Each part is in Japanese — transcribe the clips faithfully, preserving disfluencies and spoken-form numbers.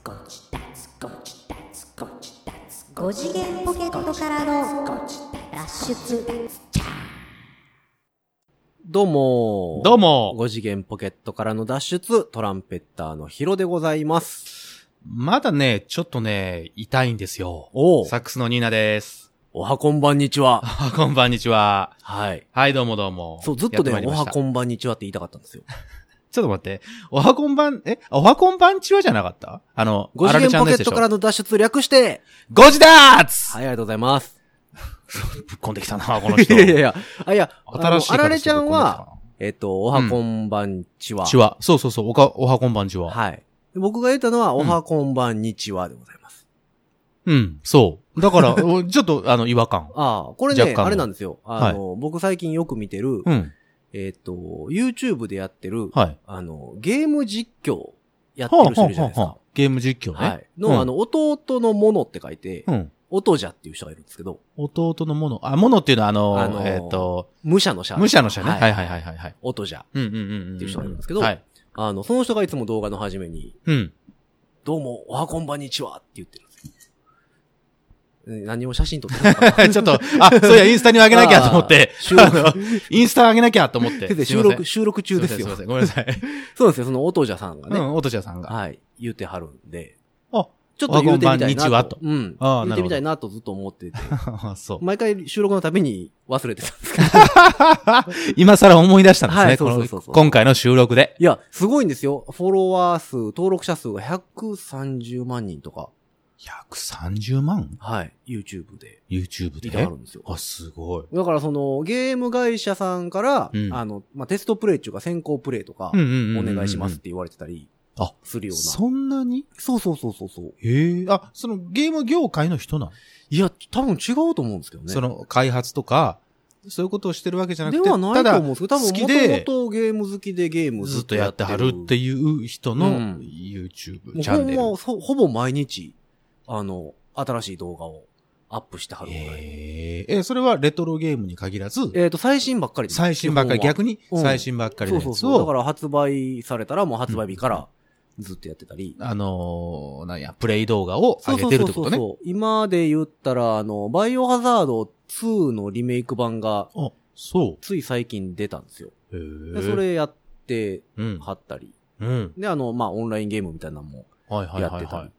ゴチダツゴチダツゴチダツご次元ポケットからの脱出。 どうもどうもご次元ポケットからの脱出、トランペッターのヒロでございます。 まだね、ちょっとね、痛いんですよ。 おう。 サックスのニーナです。 おはこんばんにちは。 こんばんにちは。 はい。 はい、どうもどうも。 そう、ずっとね、おはこん。 んばんにちはって言いたかったんですよ。 ちょっと待って。おはこんばん、えおはこんばんちはじゃなかったあの、 ご次元ポケットからの脱出略して、 ごじだーつはい、ありがとうございます。 ぶっこんできたな、この人。 いやいやいや、あ、いや、 新しいあられちゃんは、えっと、おはこんばんちは。 ちは。そうそうそう、おか、おはこんばんちは。 はい。僕が言ったのは、おはこんばんにちはでございます。 うん、そう。だから、ちょっと、あの、違和感。 ああ、これね、あれなんですよ。あの、はい、僕最近よく見てる、 うん。 えっと、YouTube でやってる、 はい。 あの、ゲーム実況やってる人いるじゃないですか。はあはあはあ、 ゲーム実況ね。 はい。の、うん、あの、弟のものって書いて、 うん。 音じゃっていう人がいるんですけど。 弟のもの。あ、ものっていうのはあの、 あのー、 えっ、ー、と、 武者の者。 武者の者ね。 はい、 はいはいはいはいはい。 音じゃ。 うんうんうんうん。 っていう人がいるんですけど、 はい。 あの、その人がいつも動画の始めに、 うん。 どうも、おはこんばんにちはって言ってるんですよ。何を写真撮ってるのかなちょっと、あ、そういや、インスタに上げなきゃと思って。 収録。 インスタ上げなきゃと思って。 収録、収録中ですよ。 すいません、ごめんなさい。 そうですよ、その音じゃさんがね。 うん、音じゃさんが。 はい、言ってはるんで。 あ、 ちょっと言うてみたいなと。 おはこんばんにちはと。 うん。 ああ、 言ってみたいなとずっと思ってて。 そう。 毎回収録のたびに忘れてたんですけど。 今更思い出したんですね。 はい、そうそうそうそう。 今回の収録で。 いや、すごいんですよ。フォロワー数、登録者数がひゃくさんじゅうまんにんとか。 ひゃくさんじゅうまん？ はい。YouTube で。 YouTube で。 いてあるんですよ。 あ、すごい。 だからその、ゲーム会社さんから、うん、あの、まあ、テストプレイっていうか先行プレイとか、お願いしますって言われてたり、 あ、 するような。 そんなに？ そうそうそうそうそう。 へえ。あ、そのゲーム業界の人なの？ いや、多分違うと思うんですけどね。 その、開発とか、そういうことをしてるわけじゃなくて、 ではないと思うんですけど、多分好きで、 もともとゲーム好きでゲームずっとやってはるっていう人の YouTube チャンネル。 もうほんま、ほぼ毎日、あの、新しい動画をアップしてはるぐらい。 えー、え、それはレトロゲームに限らずえっと、最新ばっかりです。最新ばっかり、逆に最新ばっかりのやつを、うん、そうそうそう。 だから発売されたらもう発売日からずっとやってたり。 うん、あのー、なんや、プレイ動画を上げてるってことね。そうそうそうそう。 今で言ったら、あの、バイオハザードツーのリメイク版が、 あ、そう。 つい最近出たんですよ。 へー。 でそれやってはったり。 うん。 で、あの、まあ、オンラインゲームみたいなのもやってたり。はいはいはいはい、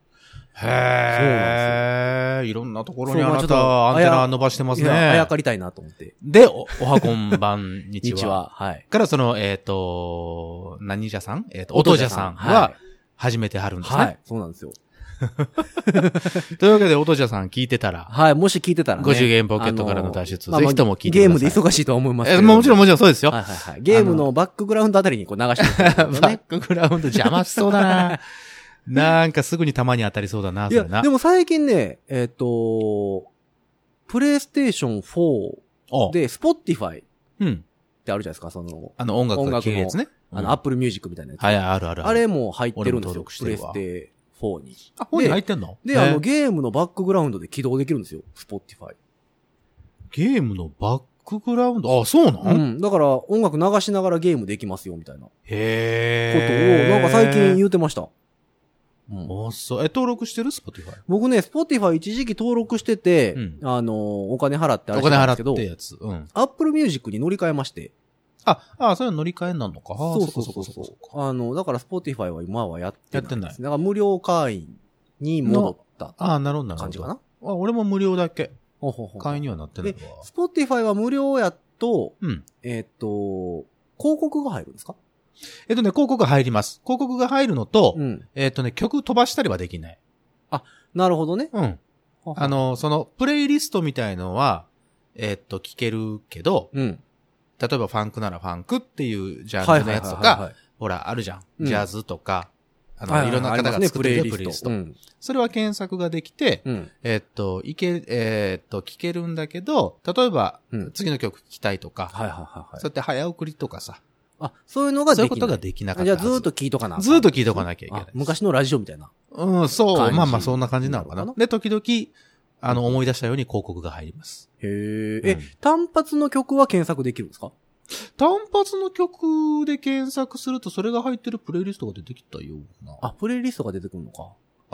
へー。いろんなところにあなたアンテナ伸ばしてますね。 あやかりたいなと思って。 で、お、おはこんばんにちは。 日は。はい。 からその、えっ、ー、と、何じゃさんえっ、ー、と、音じゃさんは、始めてはるんですね。はい。 そうなんですよ。 というわけで、音じゃさん聞いてたら。 はい、もし聞いてたらね。 ご次元ポケットからの脱出。ぜひとも聞いてください。 ゲームで忙しいとは思いますけど。 え、もちろんもちろんそうですよ。 はいはいはい。ゲームのバックグラウンドあたりにこう流してる、ね。 バックグラウンド邪魔しそうだななんかすぐに弾に当たりそうだな、それな。 いや、でも最近ね、えっ、ー、と、プレイステーションフォーで、スポティファイってあるじゃないですか、その、 あの音楽が聴けるやつね。 あの、アップルミュージックみたいなやつ。 はい、あるある。 あれも入ってるんですよ、プレステフォーに。 あ、フォーに入ってんの？ で、あの、ゲームのバックグラウンドで起動できるんですよ、スポティファイ。 ゲームのバックグラウンド？あ、そうなの？ うん。だから、音楽流しながらゲームできますよ、みたいな。 へー。 ことを、なんか最近言ってました。 うん、あ、そう。え、登録してる？ Spotify。 僕ね、Spotify 一時期登録してて、うん、あのー、お金払ってあれしてたんですけど、 お金払ってやつ。うん。 Apple Music に乗り換えまして。 あ、あ、それは乗り換えになるのか。 そうそうそうそう。あの、だから Spotify は今はやってない。 やってない。 だから無料会員に戻ったあ、なるほどなるほど。 感じかな。 あ、俺も無料だけ。 ほほほ。 会員にはなってないわ。 で、Spotify は無料やと、 うん。 えっと、広告が入るんですか？ えっとね、広告が入ります。広告が入るのと、 うん、 えっとね、曲飛ばしたりはできない。 あ、なるほどね。 うん。ははあの、その、プレイリストみたいのは、えっと、聞けるけど、 うん。 例えばファンクならファンクっていうジャンルのやつとか、ほら、あるじゃん。ジャズとか、うん、あの、いろんな方が作ってるプレイリスト。うん、それは検索ができて、うん、えっと、いけ、えっと、聞けるんだけど、例えば、うん、次の曲聞きたいとか、 はいはいはいはい、 そうやって早送りとかさ、 あ、そういうのができない。 そういうことができなかったはず。 じゃあずーっと聞いとかな。 ずーっと聞いとかなきゃいけない。 昔のラジオみたいな。 うん、そう。まあまあそんな感じなのかな。で、時々、あの、思い出したように広告が入ります。 へー。え、うん、単発の曲は検索できるんですか？ 単発の曲で検索するとそれが入ってるプレイリストが出てきたような。 あ、プレイリストが出てくるのか。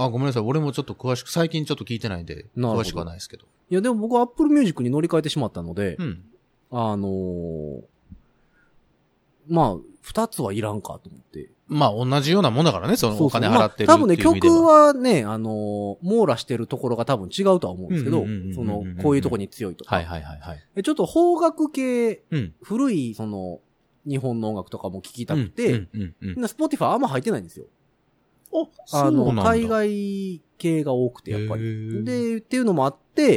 あ、ごめんなさい。俺もちょっと詳しく、最近ちょっと聞いてないんで、詳しくはないですけど。 いや、でも僕は Apple Music に乗り換えてしまったので、 うん、 あのー、まあ、二つはいらんかと思って。 まあ、同じようなもんだからね、そのお金払ってるっていう意味では。 まあ、多分ね、曲はね、あのー、網羅してるところが多分違うとは思うんですけど、その、こういうとこに強いとか。 はいはいはいはい。 ちょっと邦楽系、うん、古い、その、日本の音楽とかも聴きたくて、スポティファイあんま入ってないんですよ。あの、海外系が多くて、やっぱり。で、っていうのもあって、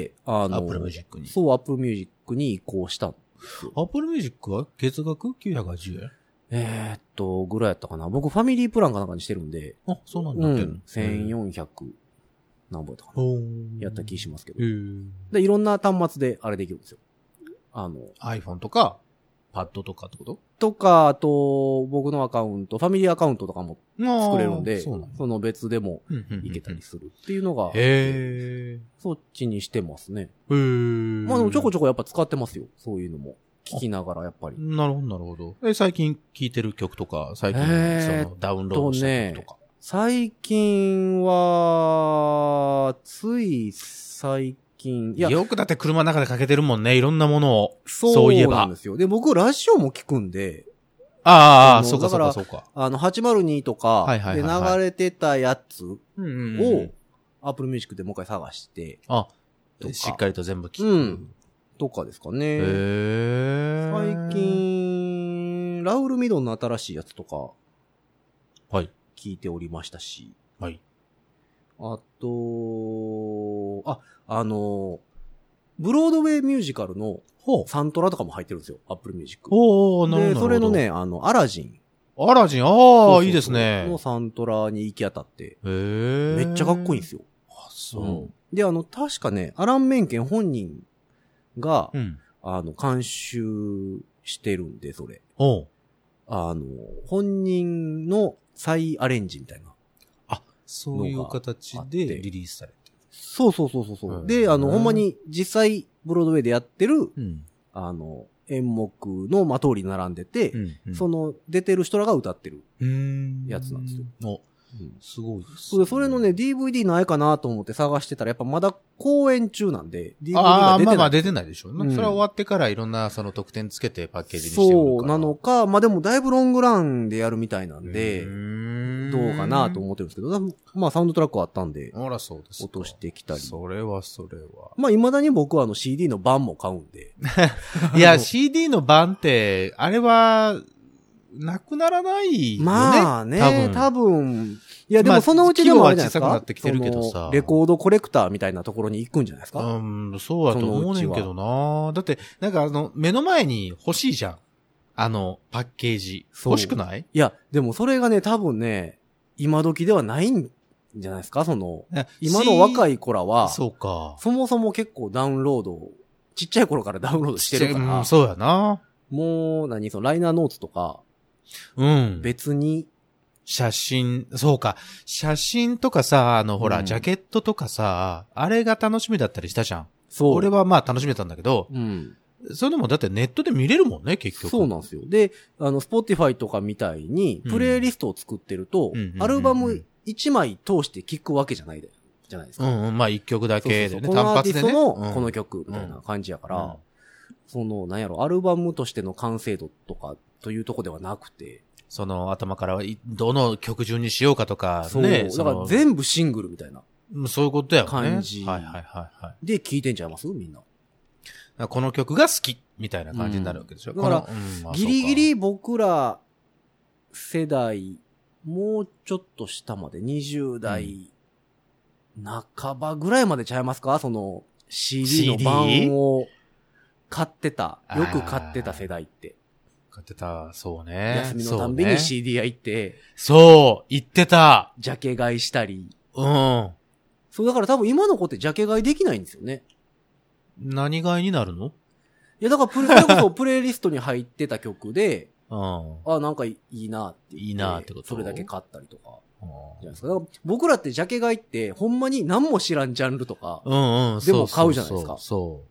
あの、 Apple Music に。 そう、Apple Music に移行したんですよ。 Apple Music は月額きゅうひゃくはちじゅうえんえーっと、ぐらいやったかな。僕、ファミリープランかなんかにしてるんで。 あ、そうなんだ。 うん。せんよんひゃく何本やったかな。やった気しますけど。で、いろんな端末であれできるんですよ。あの、 iPhone とか、パッドとかってこととか、あと、僕のアカウント、ファミリーアカウントとかも作れるんで、そ, その別でもいけたりするっていうのが、 へーそっちにしてますね。 へーまあでもちょこちょこやっぱ使ってますよ。そういうのも。聞きながらやっぱり。 なるほど、なるほど。え、最近聴いてる曲とか、最近、そのダウンロードした曲とか。 ね、最近は、つい最近、 いや。よくだって車の中でかけてるもんね。いろんなものを。 そう、そういえば。そうなんですよ。で、僕、ラジオも聞くんで。 ああ、そうか、そうか、そうか。 あの、はちまるにとか、で流れてたやつを、Apple Music でもう一回探して。 あ、しっかりと全部聞く。 うん。とかですかね。 へー。最近、ラウル・ミドンの新しいやつとか、 はい。 聞いておりましたし。 はい。 あと、あ、あの、ブロードウェイミュージカルのサントラとかも入ってるんですよ。Apple Music。 おー、なるほど。 で、それのね、あの、アラジン。 アラジン、ああ、いいですね。 のサントラに行き当たって。 へー。 めっちゃかっこいいんですよ。 あ、そう。 うん、で、あの、確かね、アラン・メンケン本人が、 うん、 あの、監修してるんで、それ。 おう。 あの、本人の再アレンジみたいな。 あ、そういう形でリリースされてる。 そうそうそうそう。で、あの、ほんまに実際、ブロードウェイでやってる、うん、あの、演目の、まあ、通り並んでて、うんうん、その、出てる人らが歌ってるやつなんですよ。 お、うん、すごいです、ね。 それ、それのね、ディーブイディー ないかなと思って探してたら、やっぱまだ公演中なんで、ディーブイディー が出てない。ああ、 まあまあ出てないでしょうね。うん、それは終わってからいろんなその特典つけてパッケージにしてるから。 そうなのか、まあでもだいぶロングランでやるみたいなんで、どうかなと思ってるんですけど、まあサウンドトラックはあったんで、 あらそうです落としてきたり。 それはそれは。 まあ未だに僕はあの シーディー の版も買うんで。 いや、シーディー の版って、あれは、なくならないよね。 まあね、多分。多分いや、でもそのうちでもあれじゃないですか。 まあ、小さくなってきてるけどさ。 レコードコレクターみたいなところに行くんじゃないですか。 うん、そうだと思うねんけどな。だって、なんかあの、目の前に欲しいじゃん。あの、パッケージ。欲しくない？ いや、でもそれがね、多分ね、今時ではないんじゃないですか、その、今の若い子らは、 そうか。 そもそも結構ダウンロード、ちっちゃい頃からダウンロードしてるから。 うん、そうやな。 もう、何、そのライナーノーツとか、 うん。 別に、 写真、そうか。写真とかさ、あの、ほら、うん、ジャケットとかさ、あれが楽しみだったりしたじゃん。そう。俺はまあ楽しめたんだけど、 うん。 それでもだってネットで見れるもんね、結局。 そうなんですよ。で、あの、スポティファイとかみたいに、プレイリストを作ってると、うん、アルバムいちまい通して聴くわけじゃないで、じゃないですか。 うんうん、まあいっきょくだけでね、 単発でね。このアーティストのこの曲みたいな感じやから、うん、その、なんやろ、アルバムとしての完成度とかというとこではなくて、 その頭からどの曲順にしようかとか、ね。 そう。だから全部シングルみたいな。 そういうことやね。 感じ。 はいはいはいはい。 で、聴いてんちゃいますみんな。 この曲が好きみたいな感じになるわけでしょ。 うん、だから、うんまあ、ギリギリ僕ら世代、もうちょっと下までにじゅう代半ばぐらいまでちゃいますか、その シーディー の版を買ってた、よく買ってた世代って。 買ってた、そうね。 休みのたんびに シーディー 屋行って。 そう、行ってた。 ジャケ買いしたり。 うん。 そう、だから多分今の子ってジャケ買いできないんですよね。 何買いになるの？ いや、だからプレ、それこそプレイリストに入ってた曲で、 うん、 あ、なんかいいなって言って。 いいなってこと。 それだけ買ったりとか。じゃないですか。だから僕らってジャケ買いって、ほんまに何も知らんジャンルとか、 うんうん、 でも買うじゃないですか。 そうそう。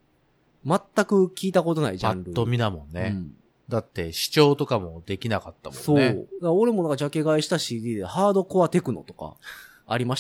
全く聞いたことないジャンル。 パッと見だもんね。うん、だって視聴とかもできなかったもんね。 そう。だから俺もなんかジャケ買いした シーディー でハードコアテクノとかありましたもん。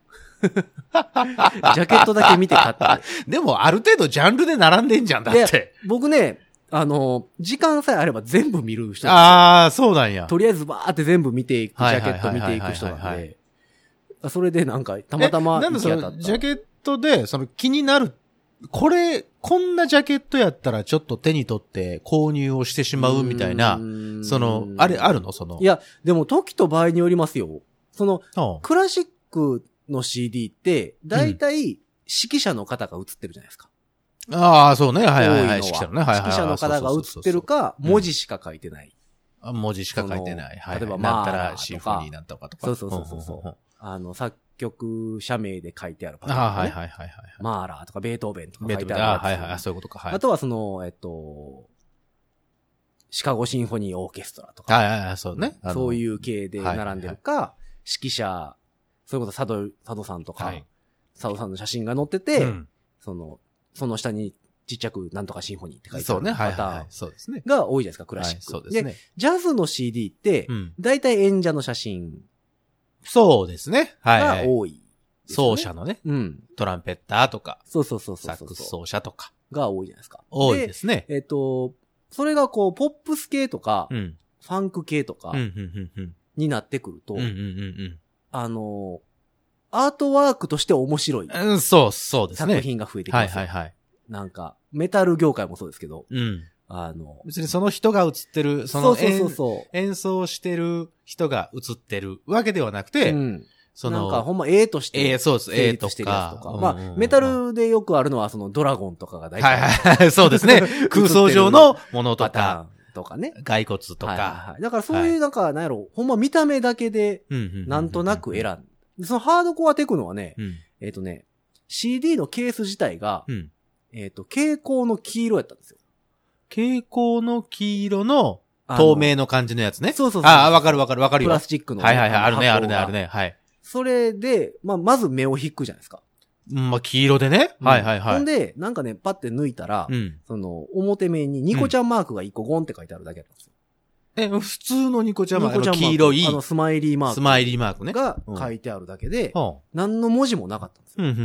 ジャケットだけ見て買って。 でも、ある程度ジャンルで並んでんじゃん、だって。 僕ね、あの、時間さえあれば全部見る人ですよ。 ああ、そうなんや。 とりあえずバーって全部見ていく、ジャケット見ていく人なんで。それでなんか、たまたま行き当たった。なんでその、ジャケットで、その気になる、これ、こんなジャケットやったらちょっと手に取って購入をしてしまうみたいな、その、あれ、あるのその。 いや、でも時と場合によりますよ。その、クラシックの シーディーって、だいたい指揮者の方が映ってるじゃないですか。 うん、ああ、そうね。はいはいはい。指揮者のね。はいはい指揮者の方が映ってるか、文字しか書いてない。 文字しか書いてない。はい、 例えば、まあ、 なんたらシンフォニーなんとかとか。 そうそうそうそう。あの、作曲者名で書いてあるパターン、 ね。あはいはいはいはい。 マーラーとかベートーベンとか書いてある。 あはいはい。そういうことか。はい。 あとはその、えっと、シカゴシンフォニーオーケストラとか。 はいはいはい、そうね。 そういう系で並んでるか、はいはいはい、指揮者、それこそ佐渡、佐渡さんとか、はい、佐渡さんの写真が載ってて、うん、その、その下にちっちゃくなんとかシンフォニーって書いてあるパターン。そうね。はいはいはい。そうですね。が多いじゃないですか、クラシック。はい、そうですね。で、ジャズの シーディーって、うん、大体演者の写真。 そうですね。はい、はい。 が多い、ね。 奏者のね。うん。トランペッターとか。 そうそうそうそう。 サックス奏者とか。 が多いじゃないですか。 多いですね。 えっと、それがこう、ポップス系とか、うん、ファンク系とか、になってくると、あの、アートワークとして面白い。 うん、そう、そうですね。 作品が増えてきます。はいはいはい。なんか、メタル業界もそうですけど、うん。あの、 別にその人が映ってる、そのそうそうそう演奏してる人が映ってるわけではなくて、うん。 その、なんかほんま絵として。 絵、そうです、絵とか。 まあ、メタルでよくあるのはそのドラゴンとかが大体。 はいはい、そうですね。空想上のものとか。 パターンとかね。 骸骨とか。はいはい。だからそういうなんか、なんやろ、ほんま見た目だけで、なんとなく選んで。そのハードコアテクノはね、えっとね、シーディー のケース自体が、えっと、蛍光の黄色やったんですよ。 蛍光の黄色の透明の感じのやつね。 そうそうそう。 ああ、わかるわかるわかるよ。 プラスチックの。 はいはいはい、あるねあるねあるね。はい。 それで、まあ、まず目を引くじゃないですか。 まあ、黄色でね。うん、はいはいはい。 ほんで、なんかね、パッて抜いたら、うん、その、表面にニコちゃんマークが一個ゴンって書いてあるだけだったんですよ。 うん、え、普通のニコちゃんマーク、ニコちゃんマーク黄色い。 あの、スマイリーマーク。 スマイリーマークね。 が書いてあるだけで、うん、何の文字もなかったんですよ。うんうんうんうん、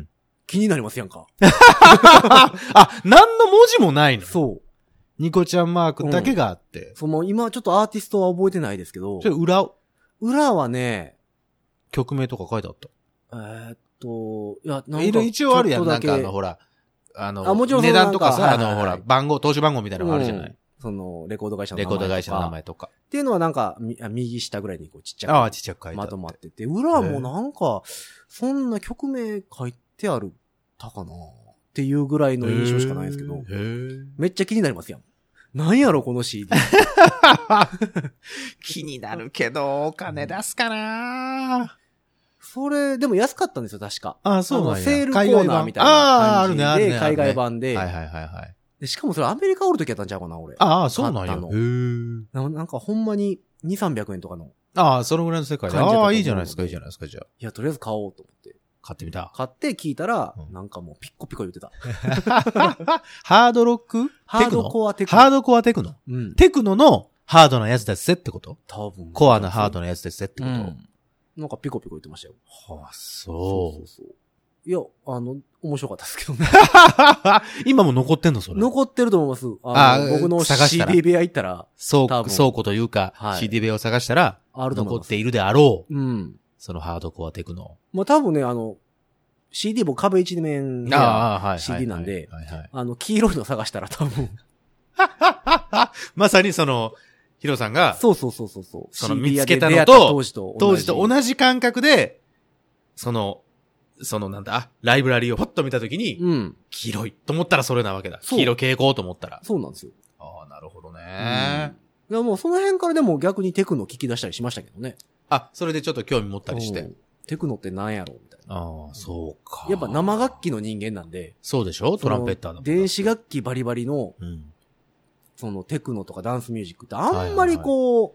気になりますやんか。 あ、何の文字もないの？ そう。 ニコちゃんマークだけがあって。 うん、その、今ちょっとアーティストは覚えてないですけど。 それ裏、 裏はね、 曲名とか書いてあった。 えー、っと、いや、なんか。一応あるやん、なんかあの、ほら、あの、あもちろん値段とかさ、あの、ほら、番号、投資番号みたいなのがあるじゃない、うん、 その、レコード会社の名前とか。 レコード会社の名前とか。 っていうのはなんか、右下ぐらいにこうちっちゃく。 ああ、ちっちゃく書いてあまとまってて、裏もなんか、そんな曲名書いてあるたかなっていうぐらいの印象しかないんですけど、めっちゃ気になりますやん。なんやろ、この シーディー。 気になるけど、お金出すかなそれ、でも安かったんですよ、確か。 ああ、そうなんや。 セールコーナーみたいな感じで、 ああ、あるね、あるね。 海外版で。 はいはいはいはい。 で、しかもそれアメリカおるときやったんちゃうかな、俺。 ああ、そうなんや。へー。 なんかほんまににせんさんびゃくえんとかの。 ああ、そのぐらいの世界で。ああ、いいじゃないですか、いいじゃないですか、じゃあ。 いや、とりあえず買おうと思って。 買ってみた。 買って聞いたら、うん、なんかもうピッコピコ言ってた。 ハードロックハードコアテクノ。 ハードコアテクノ、うん、テクノのハードなやつですってこと多分。 コアなハードなやつですってこと、うん、 なんかピコピコ言ってましたよ。 はあ、そう。そうそうそう。 いや、あの、面白かったですけどね。 今も残ってんのそれ。 残ってると思います。ああ僕の シーディー 部屋行ったら。 そう、倉庫というか、はい、シーディー 部屋を探したら、残っているであろう。うん。そのハードコアテクノ。 まあ多分ね、あの、シーディー も壁一面が シーディー なんで、あの、黄色いの探したら多分。 まさにその、ヒロさんが、 そうそうそうそう。 その見つけたのと、当時と当時と同じ感覚で、その、そのなんだ、ライブラリーをポッと見たときに、うん、黄色いと思ったらそれなわけだ。黄色傾向と思ったら。 そうなんですよ。 ああ、なるほどね。 うん、いやもうその辺からでも逆にテクノ聞き出したりしましたけどね。 あ、それでちょっと興味持ったりして。 テクノって何やろみたいな。 ああ、そうか。 やっぱ生楽器の人間なんで。 そうでしょトランペッターの。 電子楽器バリバリの、うん、そのテクノとかダンスミュージックってあんまりこう、はいはいはい、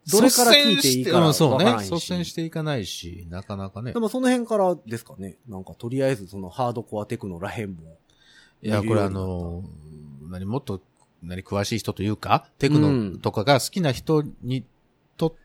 どれから聞いていいかわからないし。 そうね。率先していかないし、なかなかね。 でもその辺からですかね。なんかとりあえずそのハードコアテクノらへんも。 いや、これあの、何もっと、何詳しい人というか、テクノとかが好きな人にとっ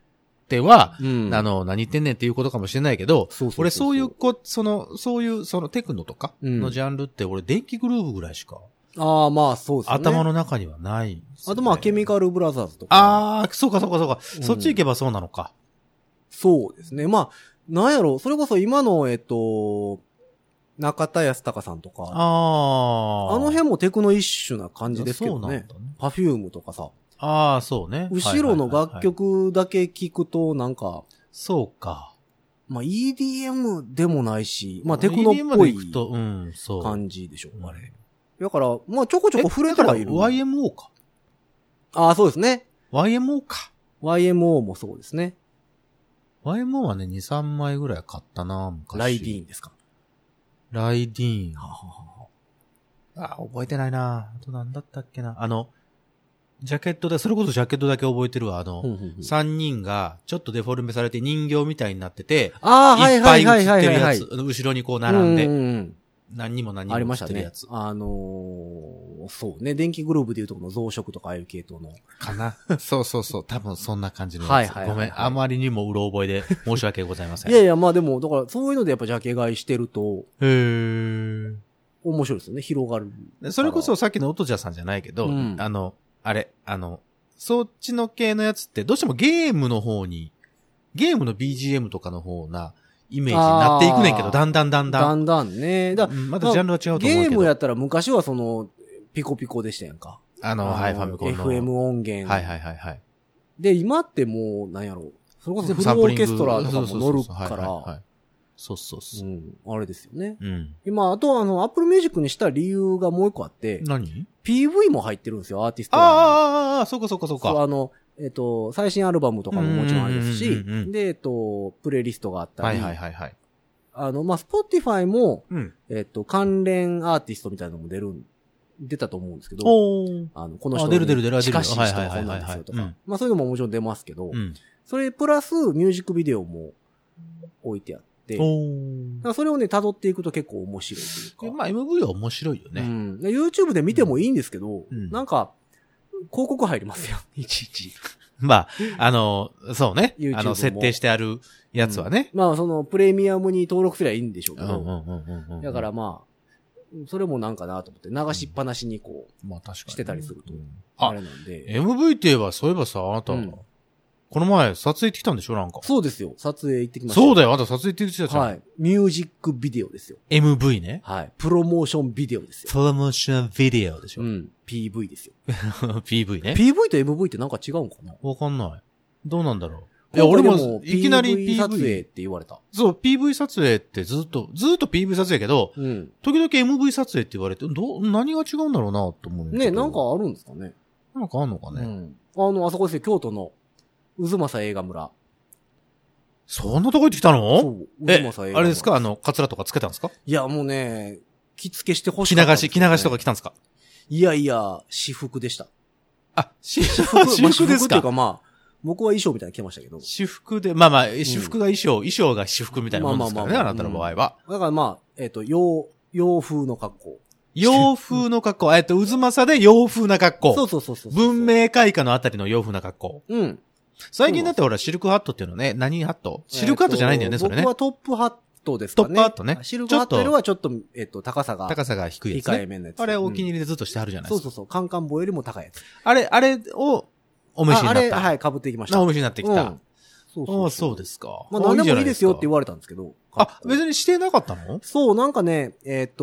っては、 うん、 あの、何言ってんねんっていうことかもしれないけど、そうそうそうそう俺そういうこ、その、そういう、そのテクノとかのジャンルって、俺電気グルーヴぐらいしか。 ああ、まあそうですね。 頭の中にはない、ね。 あとまあ、ケミカルブラザーズとか。 ああ、そうかそうかそうか、うん。そっち行けばそうなのか。 そうですね。まあ、なんやろ、それこそ今の、えっと、中田康隆さんとか。ああ。あの辺もテクノ一種な感じですけどね。パフュームとかさ。 ああ、そうね。 後ろの楽曲だけ聞くと、なんか。 そうか。 まあ イーディーエム でもないし、まあテクノっぽい感じでしょ、 うん、 あれ。だから、まあちょこちょこ触れてはいる。 ワイエムオー か。 ああ、そうですね。 ワイエムオー か。 ワイエムオー もそうですね。 ワイエムオー はね、に、さんまいぐらい買ったな、昔。 ライディーンですか。 ライディーン。はははあ、覚えてないな。あと何だったっけな。あの、ジャケットで、それこそジャケットだけ覚えてるわ。あの、さんにんがちょっとデフォルメされて人形みたいになってて、 ああ、はいはいはいはい、はい。 いっぱい映ってるやつ。後ろにこう並んで、うんうん、何にも何にもありましたね。あのー、そうね。電気グルーヴでいうとこの増殖とかああいう系統の。 かな。そうそうそう。多分そんな感じのやつ。はいはいはい、はい。ごめん。あまりにもうろ覚えで申し訳ございません。 いやいや、まあでも、だからそういうのでやっぱジャケ買いしてると、 へー。 面白いですよね。広がる。 それこそさっきの音じゃさんじゃないけど、うん、あの、あれ、あの、そっちの系のやつってどうしてもゲームの方に、ゲームの ビージーエム とかの方なイメージになっていくねんけど、だんだんだんだん。 だんだんね。だ、 うん、またジャンルは違うと思うけど。 ゲームやったら昔はその、ピコピコでしたやんか。 あの、はい、ファミコンの。 エフエム 音源。 はいはいはいはい。 で、今ってもう、なんやろ。それこそフルオーケストラとかも乗るから。 そうそうそう。 うん。あれですよね。 うん。 今、あとあの、Apple Music にした理由がもう一個あって。 何 ?ピーブイ も入ってるんですよ、アーティストが。ああ、ああ、そうかそうかそうか。 そう、あの、えっと、最新アルバムとかももちろんあれですし、で、えっと、プレイリストがあったり。 はいはいはいはい。 あの、まあ、Spotify も、 うん、 えっと、関連アーティストみたいなのも出る、出たと思うんですけど、あの、この人出る出る出る近しい人がこんなんですよとか。まあ、そういうのももちろん出ますけど、 うん、 それプラスミュージックビデオも置いてあって、だからそれをね、辿っていくと結構面白いというか。 まあ エムブイ は面白いよね。 うん。YouTube で見てもいいんですけど、うん、なんか、広告入りますよ。いちいち。 まあ、あの、そうね。あの、設定してあるやつはね。 うん、まあ、その、プレミアムに登録すればいいんでしょうけど。だからまあ、それもなんかなと思って、流しっぱなしにこう、 うん、まあ確かに。 してたりすると。 あれなんで。エムブイ って言えば、そういえばさ、あなた、うんこの前、撮影行ってきたんでしょなんか。 そうですよ。撮影行ってきました。 そうだよ。あんた撮影行ってきたじゃん。 はい。ミュージックビデオですよ。 エムブイ ね。 はい。プロモーションビデオですよ。 プロモーションビデオでしょ。 うん。ピーブイ ですよ。 ピーブイ ね。 ピーブイ と エムブイ ってなんか違うんかなわかんない。どうなんだろう。いや、俺も、いきなり ピーブイ撮影って言われた。 そう、ピーブイ 撮影ってずっと、ずっと ピーブイ 撮影やけど、 うん。 時々 エムブイ 撮影って言われて、ど、何が違うんだろうなと思うね。なんかあるんですかね。 なんかあんのかね。 うん。あの、あそこですよ、京都の。渦政映画村。 そんなとこ行ってきたのそう。渦政映画村。 あれですかあの、カツラとかつけたんですかいや、もうね、着付けしてほしかった、 ね。着流し、着流しとか来たんですかいやいや、私服でした。 あ、私服、私服ですか、 私服っていうかまあ、僕は衣装みたいなの着ましたけど。 私服で、まあまあ、私服が衣装、うん、衣装が私服みたいなもんですからね、まあまあまあまあ、あなたの場合は。 だからまあ、えっと、洋、洋風の格好。 洋風の格好。えっと、渦政で洋風な格好。 そうそうそうそう。 文明開化のあたりの洋風な格好。 うん。 最近だってほら、シルクハットっていうのね、何ハットシルクハットじゃないんだよね、それね。 僕はトップハットですかね。 トップハットね。 シルクハットよりはちょっと、えっと、高さが。 高さが低いやつね。 控えめのやつ。 あれお気に入りでずっとしてあるじゃないですか。 そうそうそう。カンカン棒よりも高いやつ。 あれ、あれを、お召しになった。あれ、 はい、被っていきました。 お召しになってきた。 うんそうそうそう。 ああ、そうですか。 まあ何でもいいですよって言われたんですけど。 あ、別に指定なかったの？ そう、なんかね、えっと、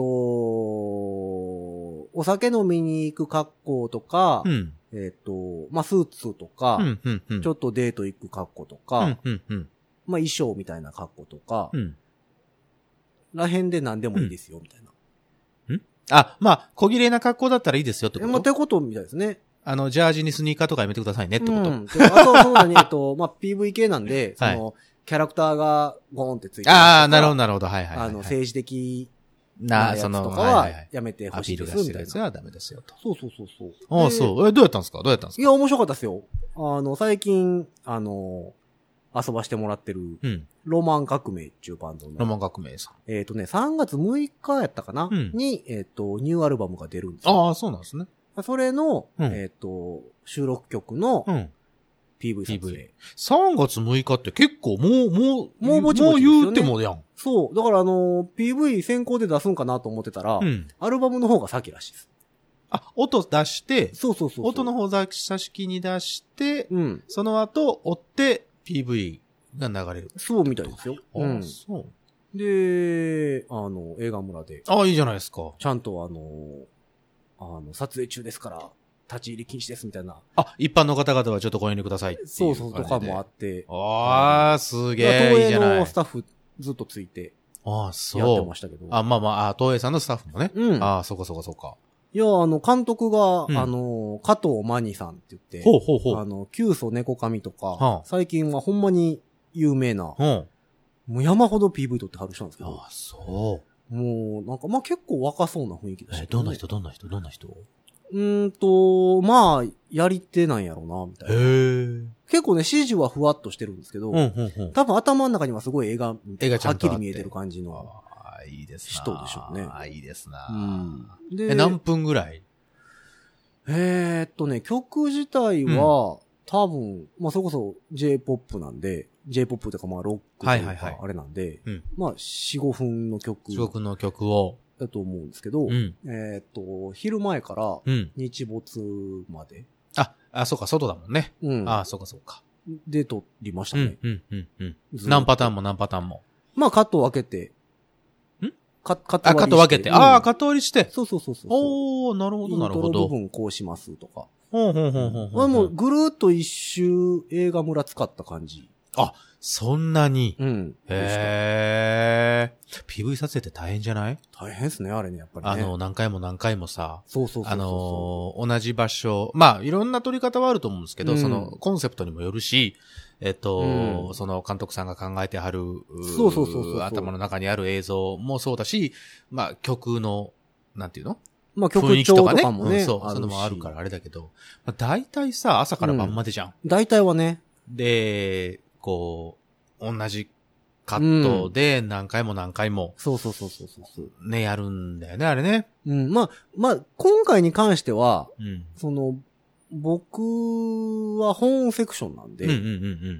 お酒飲みに行く格好とか、 うん、 えっと、まあスーツとか、 うんうんうん、 ちょっとデート行く格好とか、 うんうんうん、 まあ衣装みたいな格好とか、 うん、 らへんで何でもいいですよ、みたいな。 ん？あ、まあ、小綺麗な格好だったらいいですよってこと？ まあ、ってことみたいですね。 あの、ジャージにスニーカーとかやめてくださいねってこと。うん。 あと、そうだね、えっと、まあ、ピーブイ 系なんで、その、はい、キャラクターがゴーンってついてる。 ああ、なるほど、なるほど。はいはい、はい。 あの、政治的なやつとかは、やめてほしいです、みたいな。アピールがしてるやつはダメですよと。 そうそうそうそう。 ああ、そう。え、どうやったんですかどうやったんですかいや、面白かったですよ。あの、最近、あの、遊ばしてもらってる、 うん、 ロマン革命っていうバンドの。 ロマン革命さん。 えっとね、さんがつむいかやったかな、うん、に、えっと、ニューアルバムが出るんですよ。ああ、そうなんですね。 それの、 うん、 えっと、収録曲の、 うん、 ピーブイ 撮影。 さんがつむいかって結構もう、もう、 もうぼちぼちですよね。 もう言うてもやん。 そう。だからあの、ピーブイ 先行で出すんかなと思ってたら、うん、アルバムの方が先らしいです。 あ、音出して、 そうそうそうそう。 音の方座敷に出して、 うん、 その後、追って ピーブイ が流れる。 そうみたいですよ。 うん。そう。 で、あの、映画村で。 ああ、いいじゃないですか。 ちゃんとあの、あの、撮影中ですから、立ち入り禁止ですみたいな。 あ、一般の方々はちょっとご遠慮くださいっていう。 そうそう、とかもあって。 ああ、すげえ。 東映のスタッフずっとついて。 ああ、そう。 やってましたけど。 あ、まあまあ、あ東映さんのスタッフもね。 うん。 ああ、そうかそうかそうか。 いや、あの、監督が、うん、あの、加藤真理さんって言って。 ほうほうほう。 あの、キュウソネコカミとか、 はあ、 最近はほんまに有名な。 うん。 もう山ほど ピーブイ 撮ってはる人なんですけど。 ああ、そう。 もう、なんか、まあ、結構若そうな雰囲気だし、ね。 え、どんな人どんな人どんな人うーんと、まあ、やり手なんやろうな、みたいな。 へー。 結構ね、指示はふわっとしてるんですけど、 うんうんうん、 多分頭の中にはすごい絵が、 絵がちゃんとはっきり見えてる感じの。 ああ、いいですな。人でしょうね。 ああ、いいですな。 うん。 で、え、何分ぐらいえーっとね、曲自体は、うん、多分、まあ、それこそ J-ポップ なんで、J-ポップ とかまあ、ロックとか、あれなんで、はいはいはい、まあ、よん、ごふんの曲。 よん、ごふんの曲を。 だと思うんですけど、うん、えーっと、昼前から日没まで。 うん、あ、あ、そうか、外だもんね。うん。ああ、そうか、そうか。 で撮りましたね。 うん、うん、うん、うん。何パターンも何パターンも。 まあ、カットを分けて。 んカカット割りして。 あ、カット分けて。うん、ああ、カット割りして。 そうそうそうそう。 おー、なるほど、なるほど。 イントロ部分こうしますとか。 ほうほうほうほうほう。 もうぐるーっと一周映画村使った感じ。 あ、そんなに。 うん。 へー。ピーブイ 撮影って大変じゃない？ 大変ですね、あれね、やっぱりね。 あの、何回も何回もさ。 そうそうそうそう。 あの、同じ場所。まあ、いろんな撮り方はあると思うんですけど、うん、その、コンセプトにもよるし、えっと、うん、その監督さんが考えてはる、 そうそうそうそう。 頭の中にある映像もそうだし、まあ、曲の、なんていうの？ まあ、曲調とかもね。 うん、そう、そういうのもあるからあれだけど、まあ、大体さ、朝から晩までじゃん。 うん、大体はね。 で、こう、同じカットで何回も何回も、 うん、そうそうそうそうそう。 ね、やるんだよね、あれね。 うん、まあ、まあ、今回に関しては、 うん、 その、僕は本セクションなんで、 うんうんうんうん、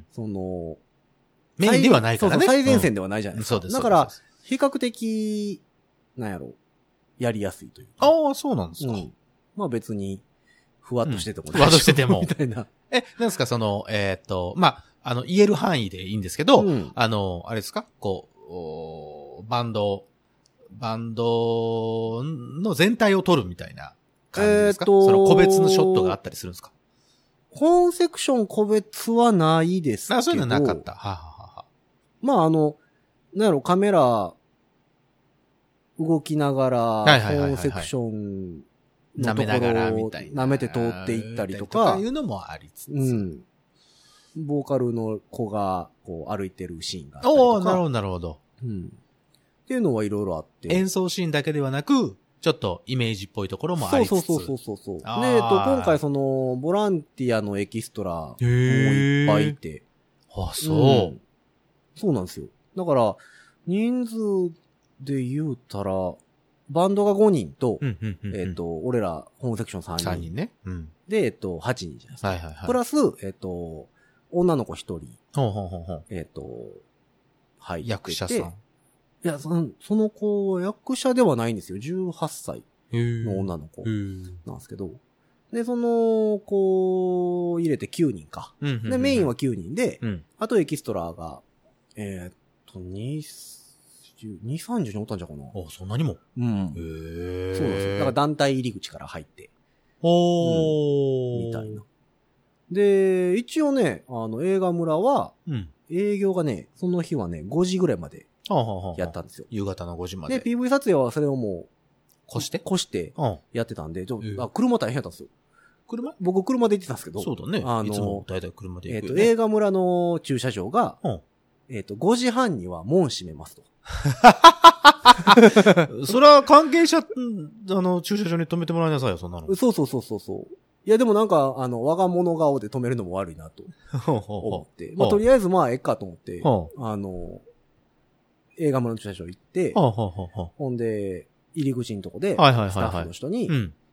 その、 メインではないからね。 そうそう、最前線ではないじゃないですか。 うん、そうです。 だから、比較的、なんやろ、やりやすいというか。 ああ、そうなんですか。うん、 まあ別に、ふわっとしてても、 うん、ふわっとしてても。 みたいな。 え、なんですか、その、えー、っと、まあ、あの、言える範囲でいいんですけど、うん、あの、あれですかこう、バンド、バンドの全体を撮るみたいな感じですか？えー、っとその個別のショットがあったりするんですか？ 本セクション個別はないですけど。 あ、そういうのはなかった。はははは。 まあ、あの、なんやろ、カメラ、動きながら、本セクションのところを舐めながらみたいな。 舐めて通っていったりとか。 というのもありつつ。 うん。ボーカルの子が、こう、歩いてるシーンがあったりとか。 おー、なるほど、なるほど。 うん。っていうのはいろいろあって。 演奏シーンだけではなく、ちょっとイメージっぽいところもありつつ。 そうそうそうそうそう。で、えっと、今回その、ボランティアのエキストラもいっぱいいて。 あ、そう、うん。 そうなんですよ。だから、人数で言うたら、バンドがごにんと、 うんうんうんうん、 えっと、俺ら、本セクションさんにん。 さんにんね。うん。 で、えっと、はちにんじゃないですか。 はいはいはい。 プラス、えっと、女の子ひとり。 ほうほうほうほう。 えっと、はい。 役者さん。いや、その、その子、役者ではないんですよ。じゅうはっさいの女の子なんですけど。で、その子を入れてきゅうにんか。 うんうんうんうん、 で、メインはきゅうにんで、 うん、 あとエキストラが、えー、っと、に、に、さんじゅうにおったんじゃうかな。 あ、そんなにも。 うん。 へー。 そうなんですよ。だから団体入り口から入って。 おー。 うん、みたいな。で、一応ね、あの、映画村は、 うん、 営業がね、その日はね、ごじぐらいまでやったんですよ。 夕方のごじまで。 で、ピーブイ 撮影はそれをもう、 越して越してやってたんで、ちょうん、 あ車大変やったんですよ。 車僕車で行ってたんですけど。 そうだね。あの、いつも大体車で行くよね。 えっと、映画村の駐車場が、うん、えっと、ごじはんには門閉めますと。 それは関係者、あの、駐車場に止めてもらいなさいよ、そんなの。 そうそうそうそうそう。いや、でもなんか、あの、我が物顔で止めるのも悪いなと思って。まあ、とりあえずまあ、えっかと思って、あの、映画村の駐車場行って、ほんで、入り口のとこで、スタッフの人に、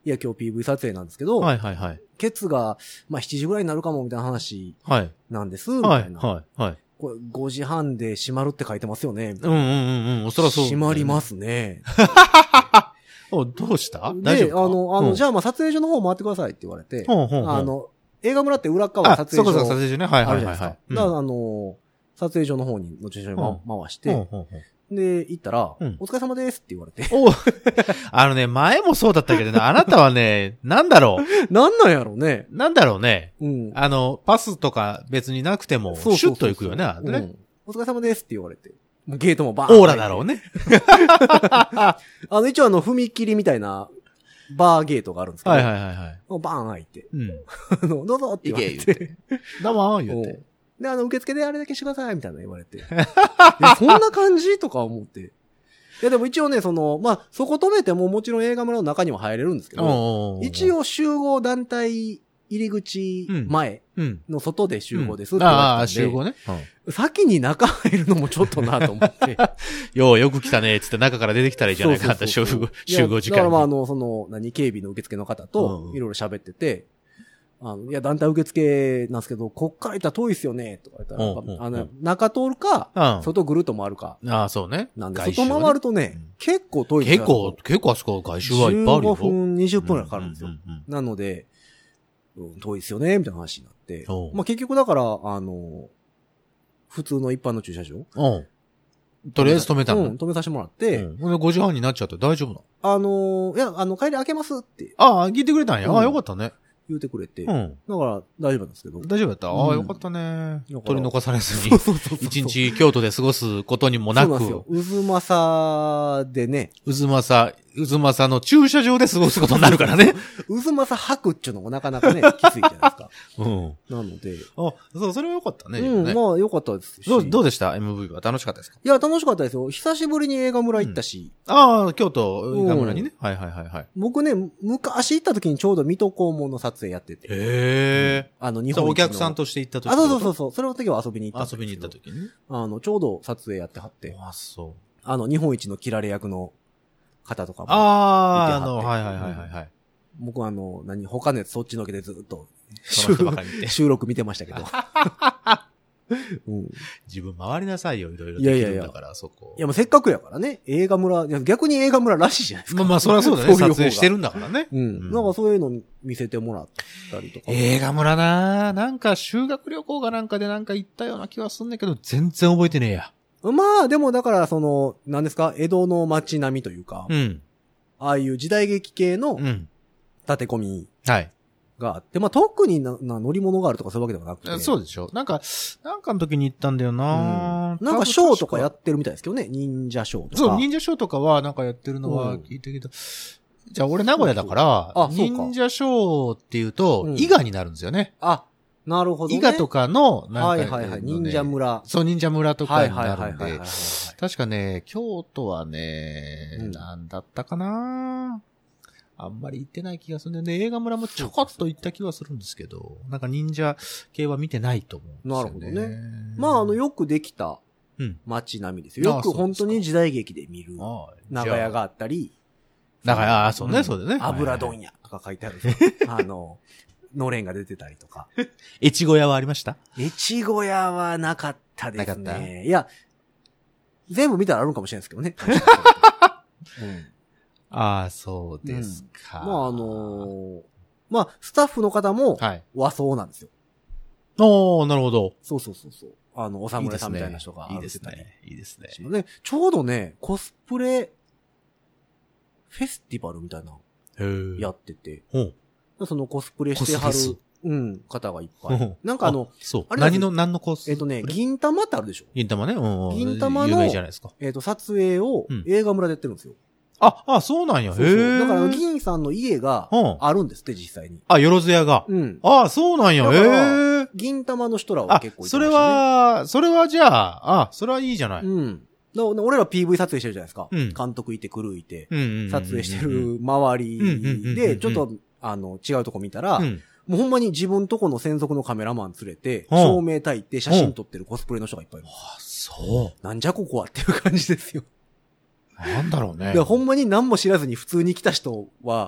いや、今日 ピーブイ 撮影なんですけど、 はいはいはい。 ケツが、まあしちじぐらいになるかもみたいな話なんです、 はい、 みたいな。 はいはいはい。 これごじはんで閉まるって書いてますよね。 うんうんうんうん。そらそう、ね。 閉まりますね。 お、どうしたで、 大丈夫かあの、あの、 うん、 じゃあまあ撮影所の方回ってくださいって言われて、 ほうほうほうあの、映画村って裏側撮影所。 あ、そうかそうか、撮影所ね。はいはいはい、はい。 だからあの、撮影所の方に、の駐車場に、ま、回して、 ほうほうほうで、行ったら、 うん、 お疲れ様ですって言われて。 おあのね、前もそうだったけどね、あなたはね、なんだろう。 なんなんやろうね。 なんだろうね。 うん。 あの、パスとか別になくても、シュッと行くよね、あれね、うん。 お疲れ様ですって言われて。もうゲートもバーン。 オーラだろうね。 あの、一応あの、踏切みたいな、バーゲートがあるんですけど。 はいはいはいはい。 もうバーン開いて。 うん。 あの、どうぞって言われて。 行け言って。どうも言って。 で、あの、受付であれだけしてくださいみたいな言われて。そんな感じとか思って。いやでも一応ね、その、まあ、そこ止めてももちろん映画村の中には入れるんですけど、一応集合団体入り口前の外で集合ですって言われたんで、 ああ、集合ね。 先に中入るのもちょっとなと思って。 よう、よく来たね、つって中から出てきたらいいじゃないかって、集合、集合時間。 だからまあ、あの、その、何、警備の受付の方と、いろいろ喋ってて、あの、いや、団体受付なんですけど、こっから行ったら遠いっすよね、とか言ったら、あの、中通るか、外ぐるっと回るか。 ああ、そうね。 なんで、外回るとね、結構遠い結構、結構あそこ外周はいっぱいあるよ。 じゅうごふん、にじゅっぷんかかるんですよ。なので、遠いっすよね、みたいな話になって。まあ結局だから、あの、普通の一般の駐車場とりあえず止めたの。 うん、止めさせてもらって。 うん。で、ごじはんになっちゃって大丈夫なの？ あのー、いや、あの、帰り開けますって。 ああ、聞いてくれたんや。うん、ああ、よかったね。 言うてくれて。 うん。 だから、大丈夫なんですけど。 大丈夫だった、うん、ああ、よかったね。取り残されずに。一日京都で過ごすことにもなく。そうなんですよ。渦政でね。 渦政、渦政の駐車場で過ごすことになるからね。 渦政吐くっちゅうのもなかなかね、きついじゃないですか。 うん。 なので。 あ、そう、それはよかったね。 うん、 ねまあよかったですし。 どう、どうでした ?エムブイ は楽しかったですか？ いや、楽しかったですよ。久しぶりに映画村行ったし。 うん、ああ、京都映画村にね、うん。はいはいはいはい。 僕ね、昔行った時にちょうど水戸黄門の撮影やってて。 へえ、 うん。あの、日本一のお客さんとして行った時あ、そうそうそうそう。それの時は遊びに行った。 遊びに行った時にね。 あの、ちょうど撮影やってはって。 あ、そう。 あの、日本一の切られ役の方とかも。 ああ、あの、はいはいはいはいはい。 僕はあの、何、他のやつそっちのけでずっと収録、収録見てましたけど。 うん、自分回りなさいよ、いろいろできるんだから、いやいやいやそこ。 いや、もうせっかくやからね、映画村、逆に映画村らしいじゃないですか。 まあまあ、そりゃそうだね。撮影してるんだからね。 うん。うん、なんかそういうの見せてもらったりとか。 映画村なぁ。なんか修学旅行がなんかでなんか行ったような気はすんねんけど、全然覚えてねえや。 まあ、でもだから、その、何ですか、江戸の街並みというか、うん。ああいう時代劇系の、うん。立て込み。はい。があって、まあ、特にな、な、乗り物があるとかそういうわけではなくて。 そうでしょ。なんか、なんかの時に行ったんだよな、 うん、なんかショーとかやってるみたいですけどね。忍者ショーとか。 そう、忍者ショーとかはなんかやってるのは聞いたけど、うん、じゃあ俺名古屋だから、あ、忍者ショーっていうと、伊賀になるんですよね。 うん、あ、なるほどね。 伊賀とかの、なんか、 はいはいはい。忍者村。 そう、忍者村とかになるんで。確かね、京都はね、うん、なんだったかなあんまり行ってない気がするんで、ね、映画村もちょこっと行った気はするんですけど、なんか忍者系は見てないと思うんですよね。 なるほどね。まあ、あの、よくできた街並みですよ。うん、よく本当に時代劇で見る長屋があったり。 長屋、ああ、そうね、うん、そうだね。 油問屋とか書いてあるんですよ。あの、のれんが出てたりとか。 越後屋はありました？ 越後屋はなかったですね。なかった。いや、全部見たらあるんかもしれないですけどね。 うん、ああ、そうですか。 うん、まあ、あのー、まあ、スタッフの方も和装なんですよ。 はい、おー、なるほど。 そうそうそうそう。あの、お侍さんみたいな人がいいですね。いいですね。 で、ちょうどね、コスプレフェスティバルみたいなやってて。そのコスプレしてはる、うん、方がいっぱい。なんかあの、 そう。あれ何の、何のコスえっとね、銀玉ってあるでしょ？ 銀玉ね。うん。 銀玉の、 じゃないですか。 えっと、撮影を映画村でやってるんですよ。 あ、あ、そうなんや。へえ。 だから銀さんの家があるんですって、実際に。 あ、よろず屋が。うん。あ、そうなんや。へえ。 銀玉の人らは結構いてましたね。 それは、それはじゃあ、あ、それはいいじゃない。うん。 俺ら ピーブイ 撮影してるじゃないですか。うん。監督いて、クルーいて、撮影してる周りで、ちょっと、あの、違うとこ見たら、うん、もうほんまに自分とこの専属のカメラマン連れて、うん、照明焚いて写真撮ってるコスプレの人がいっぱいいる。 あ、そう。 なんじゃここはっていう感じですよ。 なんだろうね。 でほんまに何も知らずに普通に来た人は、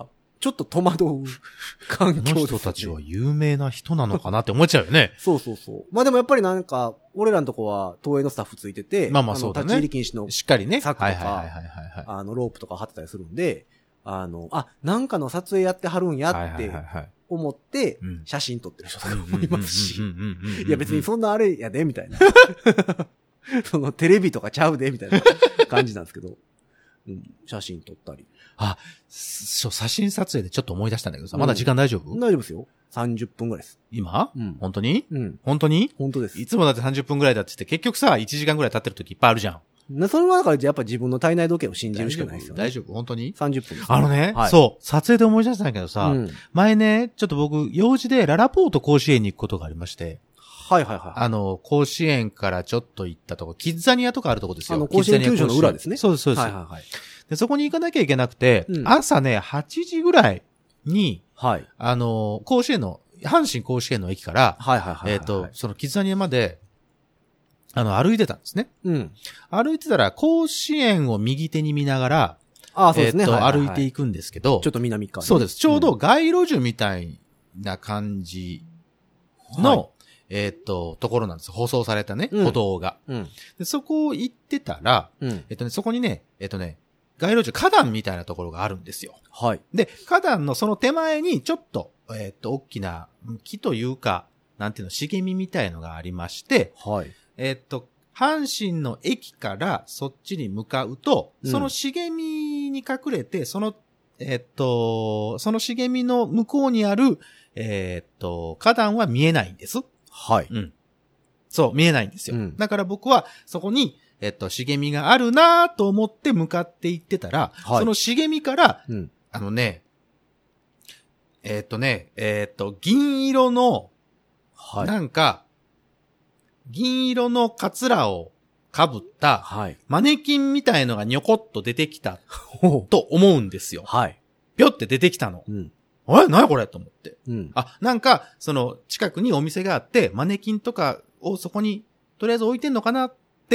ちょっと戸惑う環境です、ね。 この人たちは有名な人なのかなって思っちゃうよね。 そうそうそう。まあでもやっぱりなんか、俺らのとこは東映のスタッフついてて、 まあまあそうだね。 立ち入り禁止のしっかりね。 柵とか、あの、ロープとか張ってたりするんで、あの、あ、なんかの撮影やってはるんやって思って、写真撮ってる人とかもいますし、いや別にそんなあれやで、みたいな。そのテレビとかちゃうで、みたいな感じなんですけど、うん、写真撮ったり。 あ、そう、写真撮影でちょっと思い出したんだけどさ、まだ時間大丈夫？ 大丈夫ですよ。さんじゅっぷんぐらいです。 今？うん。本当に？ うん。 本当に？ 本当です。 いつもだってさんじゅっぷんぐらいだって言って、結局さ、いちじかんぐらい経ってる時いっぱいあるじゃん。 な、それはだからやっぱ自分の体内時計を信じるしかないですよね。 大丈夫？本当に？ さんじゅっぷんです、 ね。あのね、はい、そう、撮影で思い出したんだけどさ、うん、前ね、ちょっと僕、用事でララポート甲子園に行くことがありまして、 はいはいはい。 あの、甲子園からちょっと行ったとこ、キッザニアとかあるとこですよ。 あの、甲子園球場の裏ですね。 そうです、そうです。はいはいはい。で、そこに行かなきゃいけなくて、うん、朝ね、はちじぐらいに、はい。あの、甲子園の、阪神甲子園の駅から、はいはいはい、はい。えっ、ー、と、そのキッザニアまで、あの、歩いてたんですね。うん。歩いてたら、甲子園を右手に見ながら、 ああ、そうですね。 えっ、ー、と、 はいはいはい、 歩いていくんですけど、 ちょっと南側、ね。 そうです。ちょうど街路樹みたいな感じの、はい、えっ、ー、と、ところなんです。舗装されたね、歩道が、うんうん。で。そこを行ってたら、うん、えっとね、そこにね、えっとね、街路樹、花壇みたいなところがあるんですよ。はい。で、花壇のその手前にちょっと、えっと、大きな木というか、なんていうの、茂みみたいのがありまして、はい。えっと、阪神の駅からそっちに向かうと、うん、その茂みに隠れて、その、えっと、その茂みの向こうにある、えっと、花壇は見えないんです。はい。うん。そう、見えないんですよ。うん、だから僕はそこに、えっと、茂みがあるなぁと思って向かって行ってたら、はい、その茂みから、うん、あのね、えっとね、えっと、銀色の、はい、なんか、銀色のカツラを被った、はい、マネキンみたいのがニョコッと出てきた、と思うんですよ。はい。ぴょって出てきたの。うん。え、なにこれと思って。うん。あ、なんか、その、近くにお店があって、マネキンとかをそこに、とりあえず置いてんのかなって、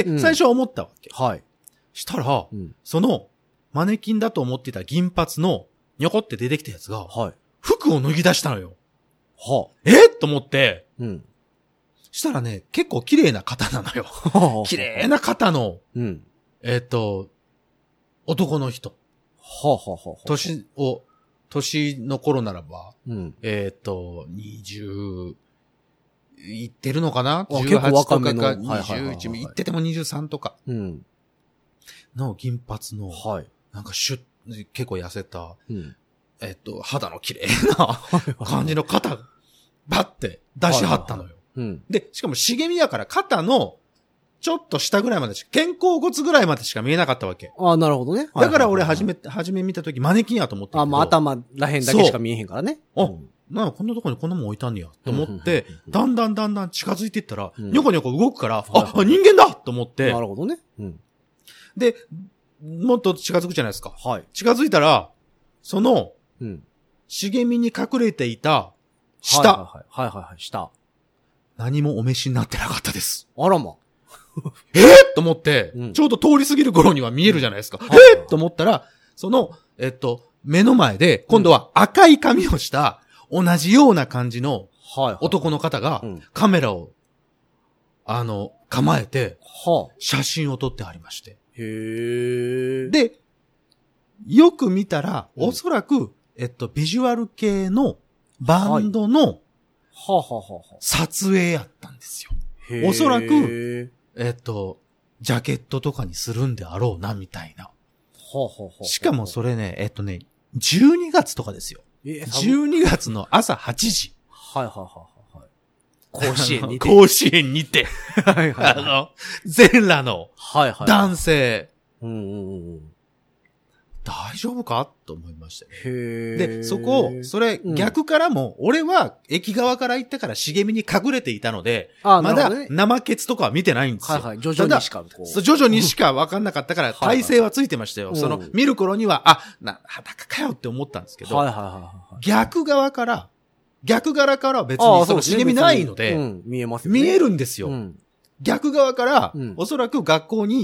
最初は思ったわけ。うん、はい。したら、うん、その、マネキンだと思ってた銀髪の、ニョコって出てきたやつが、はい。服を脱ぎ出したのよ。はあ、えと思って、うん。したらね、結構綺麗な方なのよ。綺麗な方の、うん。えっと、男の人。はあ、はあはあ、年を、年の頃ならば、うん、えっ、ー、と、にじゅう、いってるのかな ?じゅうはち とかか、にじゅういち、いっててもにじゅうさんとか。うん。の銀髪の、はい。なんかシュッ、結構痩せた、うん、えっ、ー、と、肌の綺麗な感じの肩、バッて出しはったのよ。うん、で、しかも茂みだから肩の、ちょっと下ぐらいまでしか、肩甲骨ぐらいまでしか見えなかったわけ。 ああ、なるほどね。 だから俺初め、初め見たときマネキンやと思ってああ、まあ頭らへんだけしか見えへんからね。 あ、うん、なんかこんなとこにこんなもん置いたんねや、と思って、だんだんだんだん近づいていったら、うん、ニョコニョコ動くから、あ、あ、人間だと思って。 なるほどね。うん。 で、もっと近づくじゃないですか。はい。近づいたら、その、うん。茂みに隠れていた、下。 はいはいはい。はいはいはい、下。 何もお召しになってなかったです。 あらま。 えー、と思って、うん、ちょうど通り過ぎる頃には見えるじゃないですか。うん、えー、と思ったら、その、えっと、目の前で、今度は赤い髪をした、同じような感じの男の方が、カメラを、あの、構えて、写真を撮ってありまして。へー。で、よく見たら、おそらく、えっと、ビジュアル系のバンドの、撮影やったんですよ。おそらく、えっと、ジャケットとかにするんであろうな、みたいな。しかもそれね、えっとね、じゅうにがつとかですよ。えー、じゅうにがつの朝はちじ。 はいはいはいはい。甲子園にて。 甲子園にて。はいはい、はい。あの、全裸の男性。うんうんうん。大丈夫かと思いましたね。へで、そこ、それ、うん、逆からも、俺は駅側から行ったから茂みに隠れていたので、まだ生ケツとかは見てないんですよ。はいはい、 徐々にしかこう。徐々にしか分かんなかったから、体勢はついてましたよ。はいはい、その、見る頃には、あ、な、裸かよって思ったんですけど、はいはいはいはい、逆側から、逆側からは別にその茂みないので、 うん、見えますよね。 見えるんですよ。うん、逆側から、うん、おそらく学校に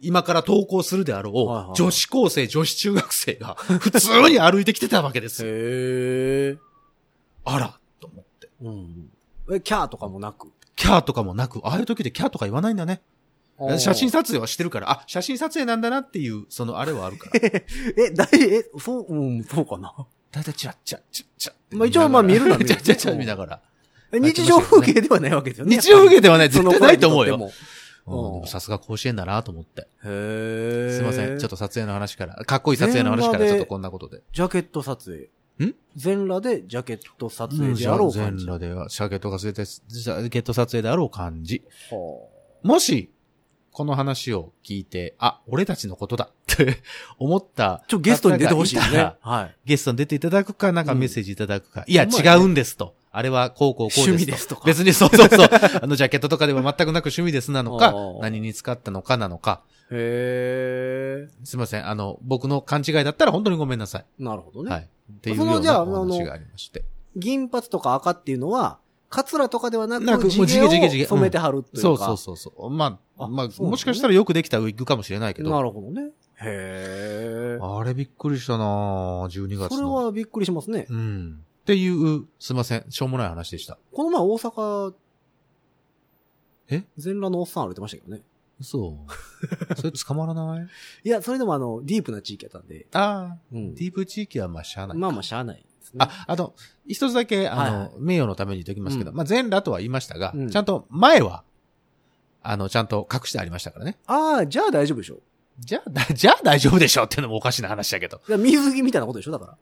今から登校するであろう、 はいはい、 女子高生、女子中学生が普通に歩いてきてたわけですよ。 へー。 あら、と思って。 うん。え、キャーとかもなくキャーとかもなく、ああいう時でキャーとか言わないんだね。写真撮影はしてるから、あ、写真撮影なんだなっていう、そのあれはあるから。 え、だい、え、そう、うん、そうかな。 だいたいチラッチラッチラッチラッ。 まあ一応まあ見るのは見る。 チラッチラッチラッ見ながら。 日常風景ではないわけですよね。 日常風景ではない、絶対ないと思うよ。 うん、 さすが甲子園だなと思って。 へー。 すいません。ちょっと撮影の話から、かっこいい撮影の話からちょっとこんなことで。 ジャケット撮影。 ん全裸でジャケット撮影であろう感じ。 全裸では、ジャケット撮影で、ジャケット撮影であろう感じ。 はあ、もし、この話を聞いて、あ、俺たちのことだって思った。 ちょ、ゲストに出てほしいですね。 はい。ゲストに出ていただくか、なんかメッセージいただくか。うん、いや、違うんですと。あれは、こうこうこうですと。 趣味ですとか。 別にそうそうそう。あの、ジャケットとかでは全くなく趣味ですなのか、何に使ったのかなのか。 へー。 すいません。あの、僕の勘違いだったら本当にごめんなさい。 なるほどね。 はい。っていうようなお話がありまして。 銀髪とか赤っていうのは、カツラとかではなく、 なんかもう地毛地毛地毛染めてはるっていうか、うん、 そうそうそうそう。まあ、あまあ、ね、もしかしたらよくできたウィッグかもしれないけど。 なるほどね。へー。 あれびっくりしたなぁ、じゅうにがつの。 それはびっくりしますね。 うん。っていう、すいません、しょうもない話でした。 この前大阪、 え全裸のおっさん歩いてましたけどね。 嘘。それ捕まらないいや、それでもあの、ディープな地域やったんで。 ああ、うん。ディープ地域はまあしゃあない。 まあまあしゃあないですね。 あ、あと、一つだけ、あの、はいはい、名誉のために言っておきますけど、うん、まあ全裸とは言いましたが、うん、ちゃんと前は、あの、ちゃんと隠してありましたからね。 ああ、じゃあ大丈夫でしょ。 じゃあ、じゃあ大丈夫でしょっていうのもおかしな話だけど。 いや、水着みたいなことでしょだから。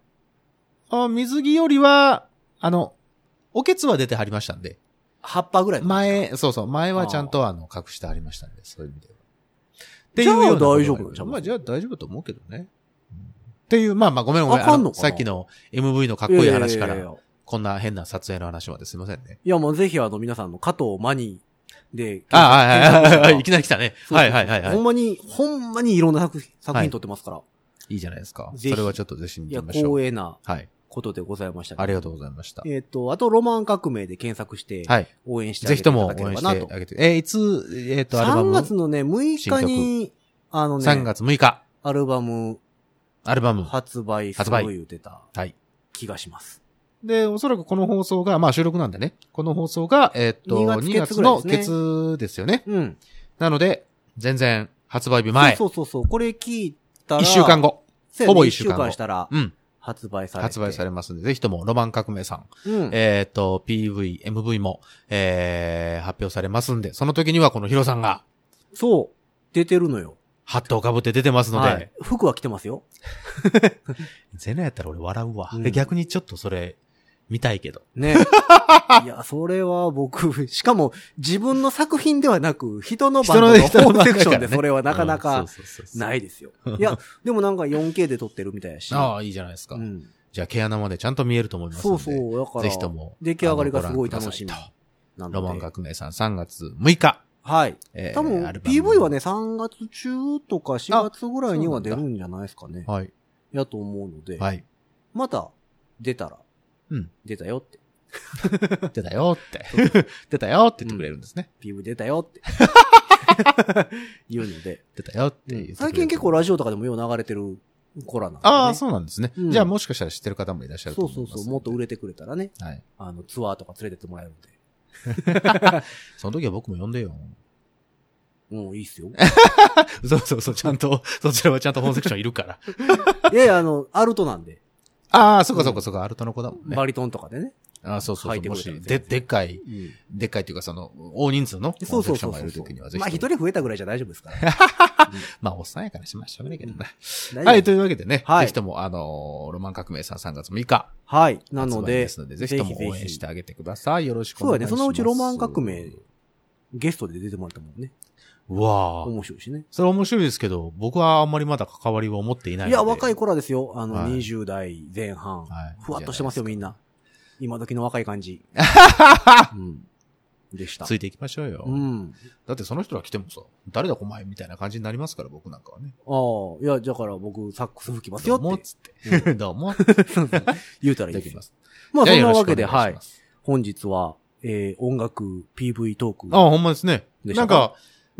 あ、水着よりは、あの、おけつは出てはりましたんで。 葉っぱぐらい前、そうそう、前はちゃんとあの、隠してありましたんで、そういう意味では。 っていうような。じゃあ大丈夫なんじゃん。 まあ、じゃあ大丈夫と思うけどね。うん、っていう、まあまあ、ごめんごめん。あかんのかな？さっきの エムブイ のかっこいい話から、こんな変な撮影の話まですいませんね。 いや、もうぜひあの、皆さんの加藤マニーで。 ああ、はいはいはい。いきなり来たね。はいはいはいはい。 ほんまに、ほんまにいろんな作品撮ってますから。 いいじゃないですか。それはちょっとぜひ見てみましょう。 いや、光栄な。 はい。 ことでございました。 ありがとうございました。 えっと、あと、ロマン革命で検索して、はい。応援してあげていただければなと。ぜひとも応援してあげて。 えー、いつ、えっと、アルバム。 さんがつのね、むいかに、あのね。 さんがつむいか。 アルバム。 アルバム。 発売する言うてた。はい。気がします。 で、おそらくこの放送が、まあ収録なんでね。この放送が、えっと、にがつのケツですよね。うん。なので、全然、発売日前。 そうそうそう。これ聞いたら。 いっしゅうかんご。ほぼいっしゅうかんご。 いっしゅうかんしたら。うん。発売され発売されますんで、ぜひともロマン革命さん、うん、えっ、ー、と、ピーブイ、エムブイ も、えー、発表されますんで、その時にはこのヒロさんが、 そう、出てるのよ。 ハットを被って出てますので。はい、 服は着てますよ。 ゼナやったら俺笑うわ。うん、逆にちょっとそれ、見たいけど。 ね。いや、それは僕、しかも自分の作品ではなく、人のバンドのホームセクションでそれはなかなかないですよ。いや、でもなんか よんケー で撮ってるみたいやし。 ああ、いいじゃないですか。うん、じゃあ毛穴までちゃんと見えると思いますので。 そうそう、だから。 ぜひとも。 出来上がりがすごい楽しみ。 ロマン革命さんさんがつむいか。 はい。えー、多分、ピーブイ はね、さんがつ中とかしがつぐらいには出るんじゃないですかね。はい。やと思うので。はい。また、出たら。うん。出たよって。 出たよって。出たよって言ってくれるんですね。 うん、ピーブイ 出たよって。言うので。 出たよって言って、うん。 最近結構ラジオとかでもよう流れてるコラなんで、ね。 ああ、そうなんですね、うん。じゃあもしかしたら知ってる方もいらっしゃると思います。 そうそうそう。もっと売れてくれたらね。はい。あの、ツアーとか連れてってもらえるんで。 その時は僕も呼んでよ。 もういいっすよ。 そうそうそう、ちゃんと、そちらはちゃんと本セクションいるから。 いやいや、あの、アルトなんで。 ああ、そっかそっかそっか、アルトの子だもんね。 バリトンとかでね。 ああ、そうそうそう。もし、で、でっかい、うん、でっかいっていうかその、大人数のコンセクションがいるときにはぜひ。 まあ一人増えたぐらいじゃ大丈夫ですから。 まあおっさんやからしましょうがないけどね。はい、というわけでね、はい、ぜひとも、あのー、ロマン革命さんさんがつむいか。 はい。なので、 ですのでぜひとも応援してあげてください。よろしくお願いします。 そうやね、そのうちロマン革命、ゲストで出てもらったもんね。 うわぁ。 面白いしね。 それ面白いですけど、僕はあんまりまだ関わりを持っていないので。 いや、若い頃ですよ。あの、はい、にじゅうだいぜん半。はい、ふわっとしてますよ、みんな。今時の若い感じ。うん。でした。 ついていきましょうよ。うん。だってその人が来てもさ、誰だお前みたいな感じになりますから、僕なんかはね。 ああ、いや、だから僕、サックス吹きますよって。 どうもっつって。どうも。 言うたらいいです。できます。まあ、そんなわけで、はい。本日は、えー、音楽 ピーブイ トーク。 ああ、ほんまですね。なんか、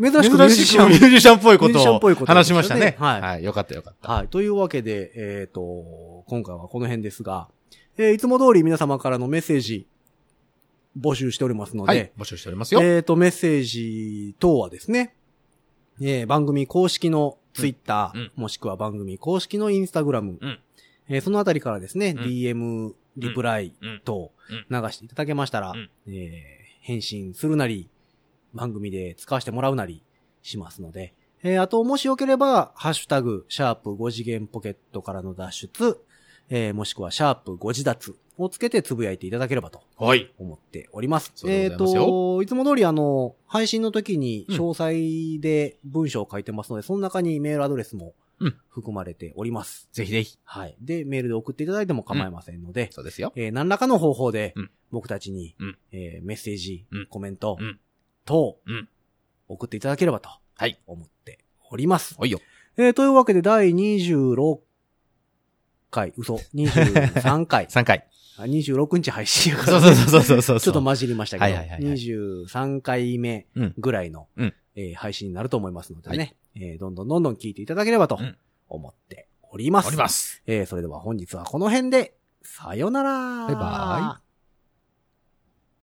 珍しくミュージシャン。 ミュージシャンっぽいことを話しましたね。 はい。 はい。よかったよかった。 はい。というわけで、えっと、今回はこの辺ですが、えー、いつも通り皆様からのメッセージ、募集しておりますので、はい、 募集しておりますよ。 えっと、メッセージ等はですね、えー、番組公式のツイッター、うん、もしくは番組公式のインスタグラム、うん、えー、そのあたりからですね、うん、ディーエム、リプライ等流していただけましたら、うん、えー、返信するなり、番組で使わせてもらうなりしますので、えー、あと、もしよければ、ハッシュタグ、シャープご次元ポケットからの脱出、えー、もしくは、シャープご自脱をつけてつぶやいていただければと。はい。思っております。はい、えっ、ー、と、いつも通りあの、配信の時に詳細で文章を書いてますので、うん、その中にメールアドレスも含まれております。 うん、ぜひぜひ。 はい。で、メールで送っていただいても構いませんので、うん、 そうですよ。 えー、何らかの方法で、僕たちに、うん、えー、メッセージ、うん、コメント、うん、等、うん、送っていただければと。はい。思っております。 はいよ。 えー、というわけで、第にじゅうろっかい、嘘、にじゅうさんかい。 さんかい。 にじゅうろくにち配信やから、ね。 そうそうそうそうそう。 ちょっと混じりましたけど、はいはいはいはい、にじゅうさんかいめぐらいの、うんえー、配信になると思いますのでね、はいえー、どんどんどんどん聞いていただければと思っております。 おります。 えー、それでは本日はこの辺で、さよなら。 バイバイ。